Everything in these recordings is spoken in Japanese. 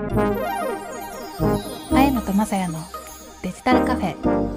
あやのとまさやのデジタルカフェ。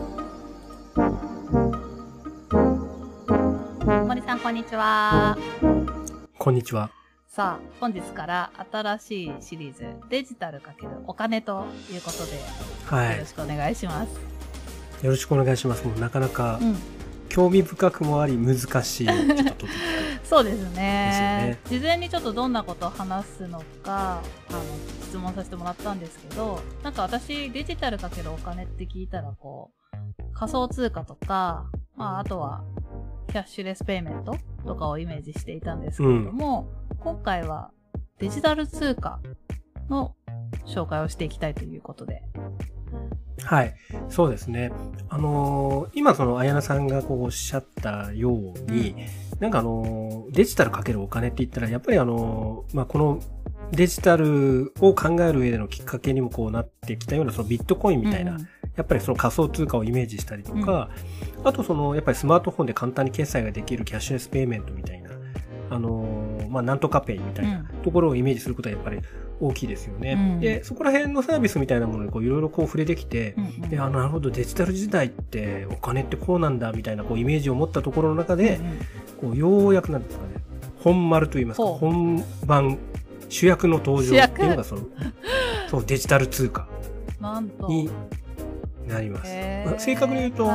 森さん、こんにちは。 こんにちは。 さあ、本日から新しいシリーズ、デジタル×お金ということで、 はい。 よろしくお願いします。 よろしくお願いします。もうなかなか興味深くもあり難しいちょっとトピックそうですね。 ですよね。 事前にちょっとどんなことを話すのか、質問させてもらったんですけど、なんか私、デジタル×お金って聞いたら、こう、仮想通貨とか、まあ、あとは、キャッシュレスペイメントとかをイメージしていたんですけれども、今回はデジタル通貨の紹介をしていきたいということで。 はい。そうですね。今その綾菜さんがこうおっしゃったように、なんかデジタル×お金って言ったら、やっぱりこのデジタルを考える上でのきっかけにもこうなってきたようなそのビットコインみたいな、やっぱりその仮想通貨をイメージしたりとか、あとやっぱりスマートフォンで簡単に決済ができるキャッシュレスペイメントみたいな、なんとかペイみたいなところをイメージすることはやっぱり大きいですよね。で、そこら辺のサービスみたいなものにこういろいろこう触れてきて、で、なるほど、デジタル時代ってお金ってこうなんだみたいなこうイメージを持ったところの中で、こうようやくなんですかね、本丸といいますか、本番、主役の登場っていうのがそうデジタル通貨になります。正確に言うと、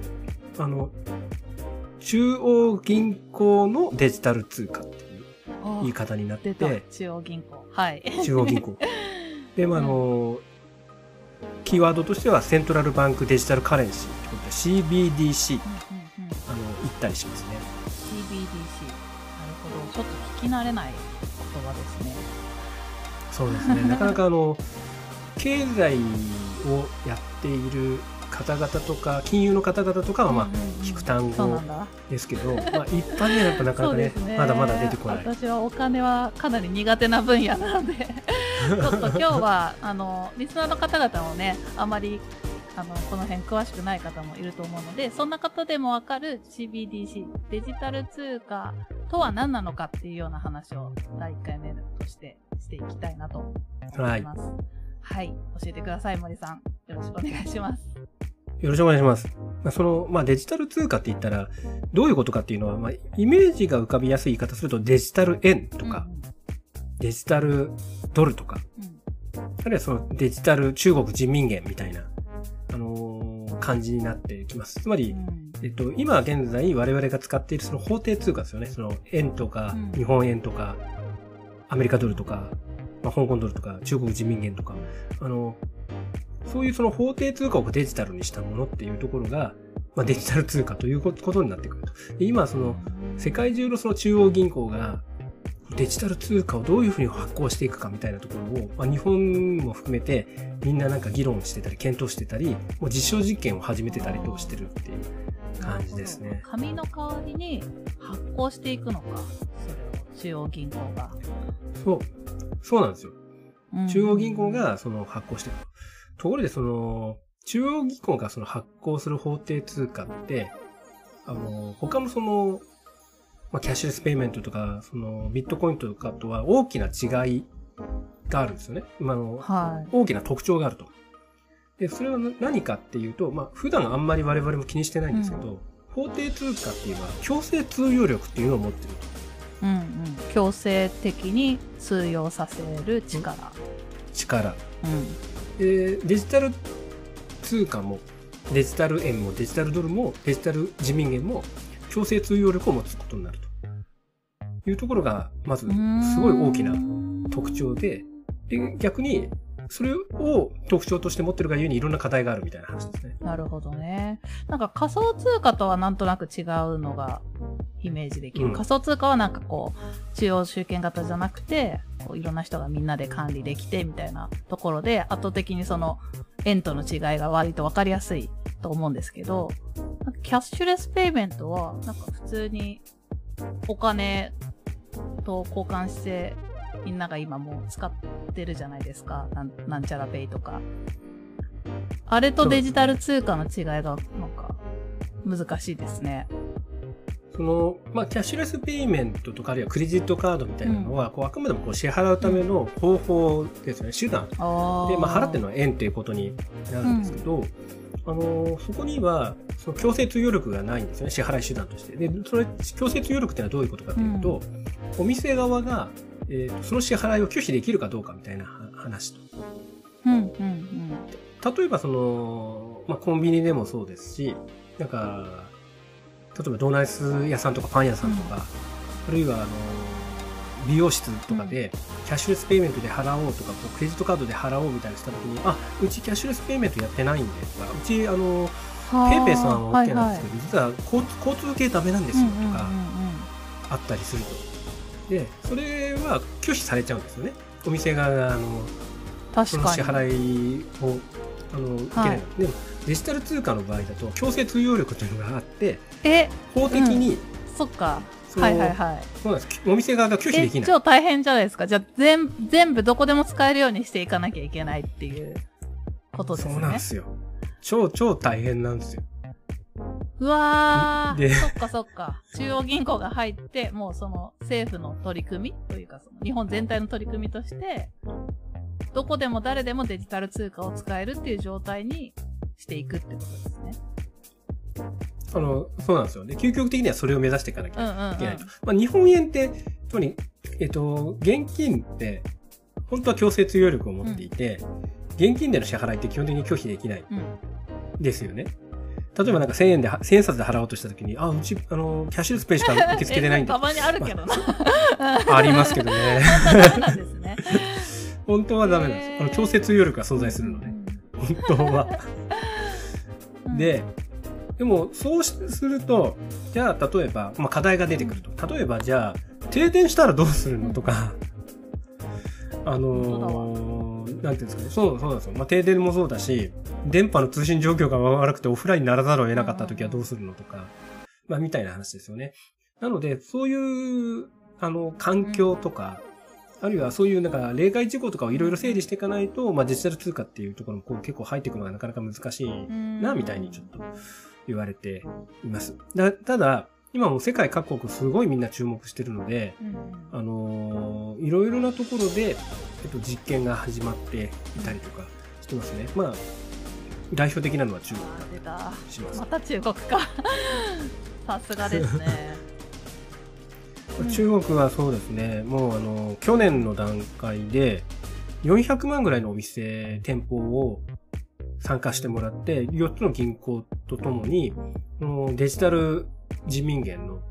中央銀行のデジタル通貨っていう言い方になってて、 中央銀行。はい。 中央銀行。で、キーワードとしてはセントラルバンクデジタルカレンシーってことで CBDC、言ったりしますね。 CBDC。なるほど。ちょっと聞き慣れない言葉ですね。 そうですね。なかなか経済をやっている方々とか金融の方々とかは聞く単語ですけど、一般にはやっぱなかなかねまだまだ出てこない。 私はお金はかなり苦手な分野なのでちょっと今日はリスナーの方々もねあまりこの辺詳しくない方もいると思うので、そんな方でもわかる CBDC デジタル通貨とは何なのかっていうような話を第1回目としていきたいなと思います。はい、教えてください、森さん。よろしくお願いします。 よろしくお願いします。デジタル通貨って言ったら、どういうことかっていうのは、イメージが浮かびやすい言い方すると、デジタル円とか、デジタルドルとか、あるいはデジタル中国人民元みたいな、感じになってきます。つまり、今現在我々が使っているその法定通貨ですよね。その円とか、日本円とか、アメリカドルとか、香港ドルとか、中国人民元とか、そういうその法定通貨をデジタルにしたものっていうところが、デジタル通貨ということになってくると。で今世界中の中央銀行がデジタル通貨をどういうふうに発行していくかみたいなところを、日本も含めてみんななんか議論してたり、検討してたり、もう実証実験を始めてたりとしてるっていう感じですね。 紙の代わりに発行していくのか、それを中央銀行が。 そうなんですよ。中央銀行が発行していく。ところで中央銀行が発行する法定通貨って、他のキャッシュレスペイメントとか、ビットコインとかとは大きな違いがあるんですよね。大きな特徴があると。で、それは何かっていうと、普段あんまり我々も気にしてないんですけど、法定通貨っていうのは強制通用力っていうのを持ってると。 強制的に通用させる力。 デジタル通貨もデジタル円もデジタルドルもデジタル人民元も強制通用力を持つことになるというところがまずすごい大きな特徴で、逆にそれを特徴として持ってるがゆえにいろんな課題があるみたいな話ですね。 なるほどね。なんか仮想通貨とはなんとなく違うのがイメージできる。仮想通貨はなんか中央集権型じゃなくて、いろんな人がみんなで管理できてみたいなところで、圧倒的に円との違いが割と分かりやすいと思うんですけど、なんかキャッシュレスペイメントはなんか普通にお金と交換してみんなが今もう使ってるじゃないですか。なんちゃらペイとか。あれとデジタル通貨の違いがなんか難しいですね。 まあ、キャッシュレスペイメントとか、あるいはクレジットカードみたいなのは、あくまでも支払うための方法ですよね、手段。で、まあ、払ってるのは円っていうことになるんですけど、そこには、強制通用力がないんですよね、支払い手段として。で、強制通用力ってのはどういうことかというと、お店側が、その支払いを拒否できるかどうかみたいな話と。例えばまあ、コンビニでもそうですし、なんか、例えばドーナツ屋さんとかパン屋さんとか、あるいは美容室とかで、キャッシュレスペイメントで払おうとか、クレジットカードで払おうみたいなしたときに、うちキャッシュレスペイメントやってないんで、とか、うちペイペイさんは OK なんですけど、実は交通系ダメなんですよとか、あったりすると。で、それは拒否されちゃうんですよね。お店側が、その支払いを、受けない。でも、デジタル通貨の場合だと、強制通用力というのがあって、法的に、 そっか。はいはいはい。 そうなんです。お店側が拒否できない。 超大変じゃないですか。じゃあ、全部どこでも使えるようにしていかなきゃいけないっていうことですね。 そうなんですよ。超大変なんですよ。 うわー。そっかそっか。中央銀行が入って、もうその政府の取り組みというか、日本全体の取り組みとして、どこでも誰でもデジタル通貨を使えるっていう状態にしていくってことですね。 そうなんですよね。究極的にはそれを目指していかなきゃいけないと。まあ、日本円って、特に、現金って、本当は強制通用力を持っていて、現金での支払いって基本的に拒否できない。ですよね。例えばなんか1000円札で払おうとしたときに、うち、キャッシュレスペイしか受け付けてないんだ。 たまにあるけどな。 ありますけどね。 そうなんですね。 本当はダメなんです。強制通用力が存在するので。本当は。でも、そうすると、じゃあ、例えば、まあ、課題が出てくると。例えば、じゃあ、停電したらどうするのとか、なんていうんですかね。そうなんですよ。まあ、停電もそうだし、電波の通信状況が悪くてオフラインにならざるを得なかった時はどうするのとか、まあ、みたいな話ですよね。なので、そういう、環境とか、あるいはそういうなんか例外事項とかをいろいろ整理していかないと、まあ、デジタル通貨っていうところも結構入っていくのがなかなか難しいな、みたいにちょっと言われています。ただ、今も世界各国すごいみんな注目してるので、いろいろなところで、実験が始まっていたりとかしてますね。まあ、代表的なのは中国だったりします。 また中国か。さすがですね。 中国はそうですね、もう去年の段階で400万ぐらいのお店、店舗を参加してもらって、4つの銀行とともに、デジタル人民元の、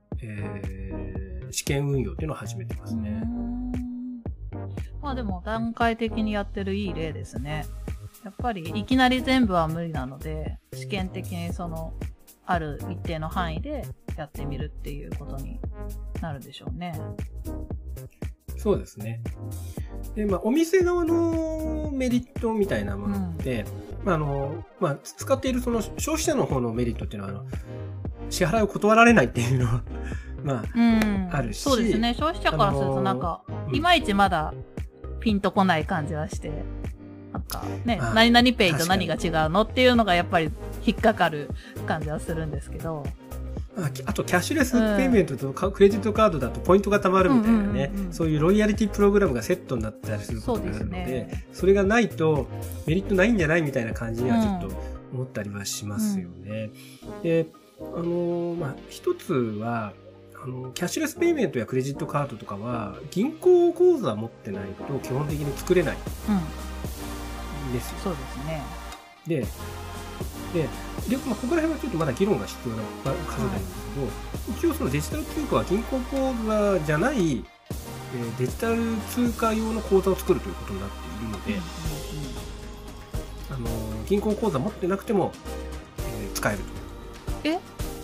試験運用っていうのを始めてますね。 まあでも段階的にやってるいい例ですね。やっぱりいきなり全部は無理なので、試験的にある一定の範囲でやってみるっていうことになるでしょうね。 そうですね。で、まあ、お店側のメリットみたいなものって、まあ、使っているその消費者の方のメリットっていうのは、支払いを断られないっていうのは、まあ、あるし。 そうですね。消費者からするとなんか、いまいちまだピンとこない感じはして、なんかね、何々ペイと何が違うのっていうのがやっぱり引っかかる感じはするんですけど。 あと、キャッシュレスペイメントとクレジットカードだとポイントが貯まるみたいなね、そういうロイヤリティプログラムがセットになったりすることがあるので、それがないとメリットないんじゃないみたいな感じにはちょっと思ったりはしますよね。で、まあ、一つは、キャッシュレスペイメントやクレジットカードとかは、銀行口座持ってないと基本的に作れない。ですよ。 そうですね。 で、まあ、ここら辺はちょっとまだ議論が必要な数なんですけど、一応そのデジタル通貨は銀行口座じゃない、デジタル通貨用の口座を作るということになっているので、銀行口座持ってなくても、使えると。 ちょ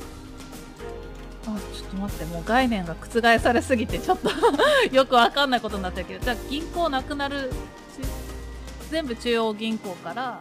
っと待って、もう概念が覆されすぎてちょっとよくわかんないことになってるけど、じゃあ銀行なくなる、全部中央銀行から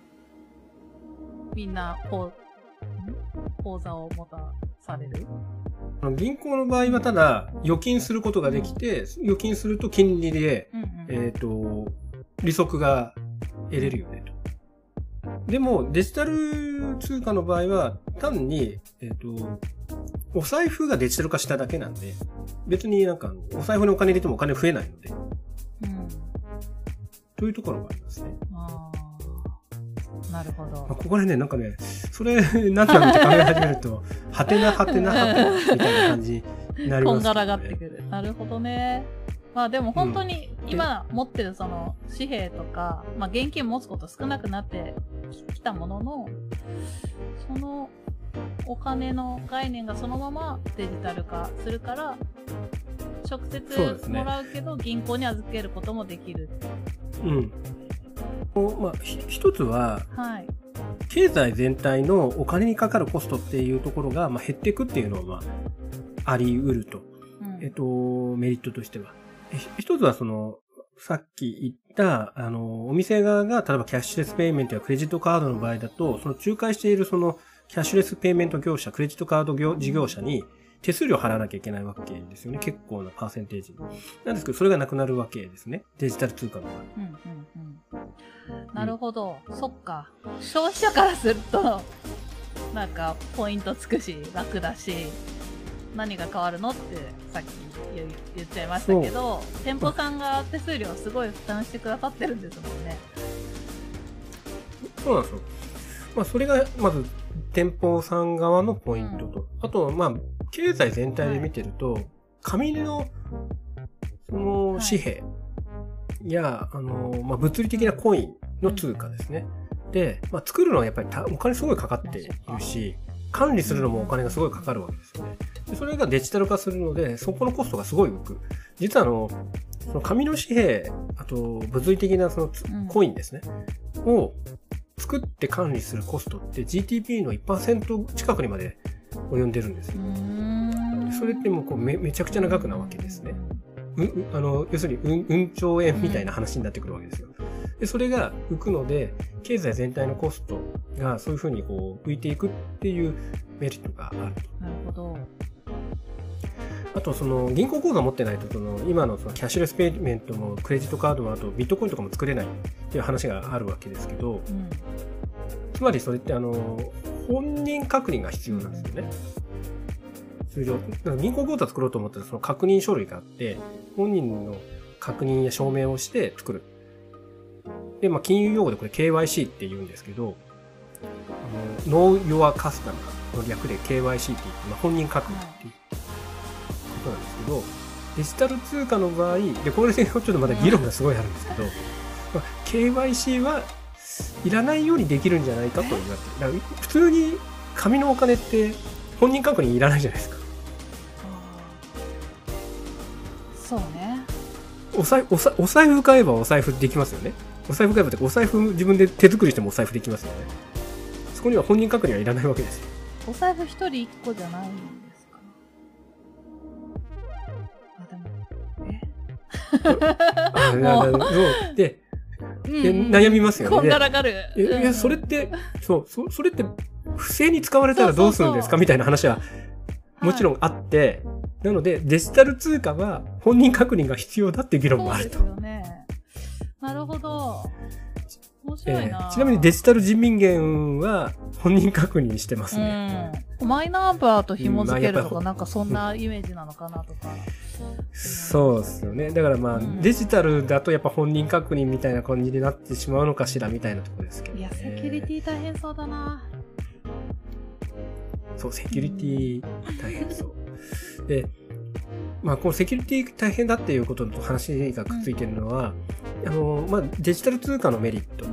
みんな口座を持たされる？ 銀行の場合はただ預金することができて、預金すると金利で、利息が得れるよねと。でもデジタル通貨の場合は単に、 お財布がデジタル化しただけなんで、別になんかお財布にお金入れてもお金増えないので、というところがありますね。 なるほど。 ここでね、なんかね、それ、なんて考え始めると、はてなはてなはてな、みたいな感じになりますね。こんがらがってくる。なるほどね。まあでも本当に今持ってるその紙幣とか、まあ現金持つこと少なくなってきたものの、そのお金の概念がそのままデジタル化するから、直接もらうけど銀行に預けることもできる。 まあ、一つは、経済全体のお金にかかるコストっていうところが、まあ、減っていくっていうのは、まあ、あり得ると。メリットとしては。一つはさっき言った、お店側が、例えばキャッシュレスペイメントやクレジットカードの場合だと、その仲介しているキャッシュレスペイメント業者、クレジットカード事業者に手数料払わなきゃいけないわけですよね。結構なパーセンテージ。なんですけど、それがなくなるわけですね。デジタル通貨の場合。 なるほど。そっか。消費者からすると、なんか、ポイントつくし、楽だし、何が変わるのってさっき言っちゃいましたけど、店舗さんが手数料すごい負担してくださってるんですもんね。 そうなんですよ。まあ、それが、まず、店舗さん側のポイントと。あと、まあ、経済全体で見てると、紙の、紙幣や、まあ、物理的なコインの通貨ですね。で、まあ、作るのはやっぱりお金すごいかかっているし、管理するのもお金がすごいかかるわけですよね。でそれがデジタル化するので、そこのコストがすごい浮く。実はその紙の紙幣、あと物理的なコインですね。を作って管理するコストって GDP の 1% 近くにまで及んでるんですよ。それってもうめちゃくちゃな額なわけですね。要するに運兆円みたいな話になってくるわけですよ。で、それが浮くので、経済全体のコストがそういうふうに浮いていくっていうメリットがあると。 なるほど。 あと、銀行口座持ってないと、今のキャッシュレスペイメントもクレジットカードもあとビットコインとかも作れないっていう話があるわけですけど、つまりそれって本人確認が必要なんですよね。通常、銀行口座作ろうと思ったらその確認書類があって、本人の確認や証明をして作る。で、まあ、金融用語でこれ KYC って言うんですけど、Know Your Customer の略で KYC って言って、まあ、本人確認っていうことなんですけど、デジタル通貨の場合、で、これでちょっとまだ議論がすごいあるんですけど、まあ、KYC はいらないようにできるんじゃないかと言われてる。だから普通に紙のお金って本人確認いらないじゃないですか。 そうね。 お財布買えばお財布できますよね。お財布買えばってお財布自分で手作りしてもお財布できますよね。そこには本人確認はいらないわけですよ。 お財布一人一個じゃないんですか。 で悩みますよね。 こんがらがる。 いや、それって、それって不正に使われたらどうするんですかみたいな話はもちろんあって、なのでデジタル通貨は本人確認が必要だっていう議論もあると。 そうですよね。なるほど。面白いな。 ちなみにデジタル人民元は本人確認してますね。 マイナンバーと紐付けるとか、なんかそんなイメージなのかなとか。 そうですよね。だからまあ、デジタルだとやっぱ本人確認みたいな感じになってしまうのかしらみたいなところですけどね。 いや、セキュリティ大変そうだな。 そう、セキュリティ大変そう。で、まあ、このセキュリティ大変だっていうことと話がくっついてるのは、まあ、デジタル通貨のメリットって、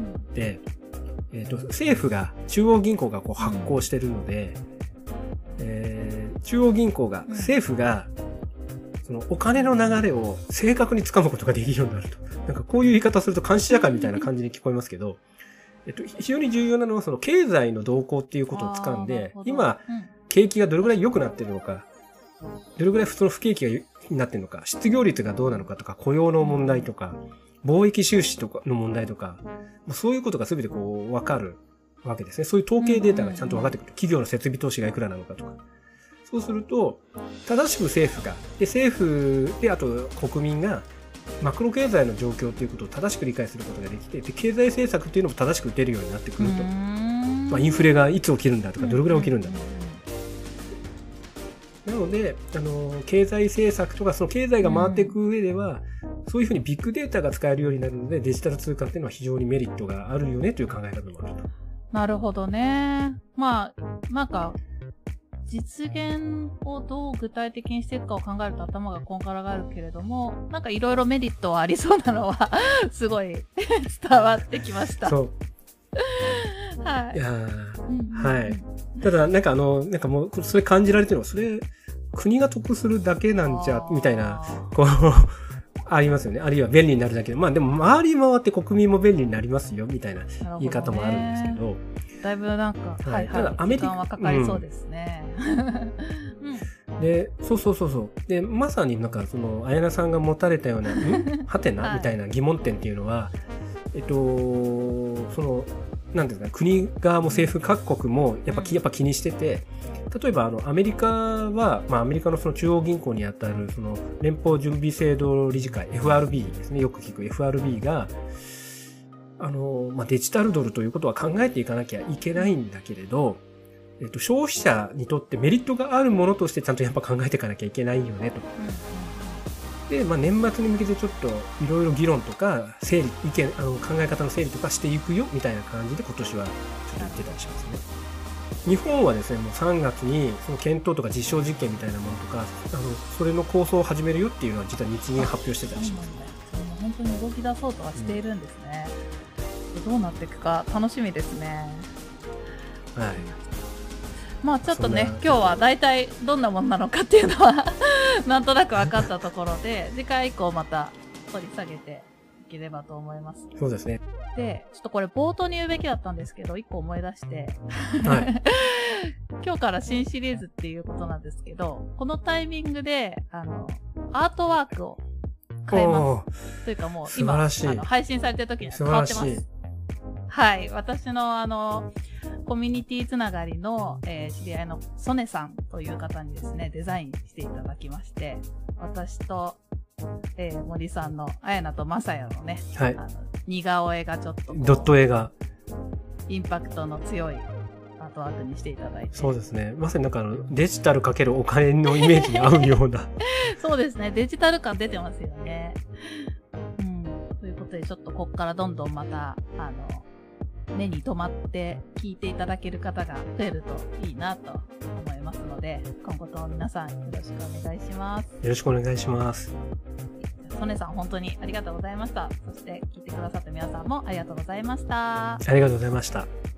政府が、中央銀行が発行してるので、中央銀行が、政府が、そのお金の流れを正確に掴むことができるようになると。なんかこういう言い方すると監視社会みたいな感じに聞こえますけど、非常に重要なのはその経済の動向っていうことを掴んで、今、景気がどれぐらい良くなってるのか、どれぐらいその不景気になってるのか、失業率がどうなのかとか、雇用の問題とか、貿易収支とかの問題とか、そういうことが全てわかるわけですね。そういう統計データがちゃんと分かってくる。企業の設備投資がいくらなのかとか。そうすると、正しく政府が、で、政府で、あと国民が、マクロ経済の状況ということを正しく理解することができて、で、経済政策っていうのも正しく出るようになってくると。まあ、インフレがいつ起きるんだとか、どれぐらい起きるんだとか。 なので、経済政策とか、その経済が回っていく上では、そういうふうにビッグデータが使えるようになるので、デジタル通貨っていうのは非常にメリットがあるよねという考え方もあると。 なるほどね。まあ、なんか、実現をどう具体的にしていくかを考えると頭がこんがらがるけれども、なんかいろいろメリットはありそうなのは、すごい伝わってきました。 そう。 はい。 いやはい。ただ、なんかなんかもう、それ感じられてるのは、それ、国が得するだけなんじゃ、みたいな、こう、ありますよね。あるいは便利になるだけで。まあでも、回り回って国民も便利になりますよ、みたいな言い方もあるんですけど。 だいぶなんか、はいはい。 ただ、アメリカ時間はかかりそうですね。 で、そう。で、まさになんか、綾菜さんが持たれたような、はてなみたいな疑問点っていうのは、なんていうか、国側も政府各国もやっぱ気にしてて、例えばアメリカは、まあアメリカのその中央銀行にあたるその連邦準備制度理事会 FRB ですね、よく聞く FRB がまあデジタルドルということは考えていかなきゃいけないんだけれど、消費者にとってメリットがあるものとしてちゃんとやっぱ考えていかなきゃいけないよねと。で、まあ、年末に向けてちょっといろいろ議論とか考え方の整理とかしていくよみたいな感じで今年はちょっと言ってたりしますね。日本はですね、もう3月にその検討とか実証実験みたいなものとか、それの構想を始めるよっていうのは実は日銀が発表してたりしますね。 それも本当に動き出そうとはしているんですね。どうなっていくか楽しみですね。 はい。 まあちょっとね、今日は大体どんなものなのかっていうのはなんとなく分かったところで、次回以降また掘り下げていければと思います。 そうですね。 で、ちょっとこれ冒頭に言うべきだったんですけど、一個思い出して、 はい、 今日から新シリーズっていうことなんですけど、このタイミングで、アートワークを変えます。というかもう今、配信されてる時には変わってます。はい。私のコミュニティつながりの、知り合いのソネさんという方にですね、デザインしていただきまして、私と、森さんの綾菜とまさやのね、 はい、 似顔絵がちょっとドット絵がインパクトの強いアートワークにしていただいて。 そうですね。まさになんかデジタルかけるお金のイメージに合うような。 そうですね。デジタル感出てますよね。ということで、ちょっとここからどんどんまた、目に留まって聞いていただける方が増えるといいなと思いますので、今後とも皆さんよろしくお願いします。 よろしくお願いします。 ソネさん本当にありがとうございました。そして聞いてくださった皆さんもありがとうございました。 ありがとうございました。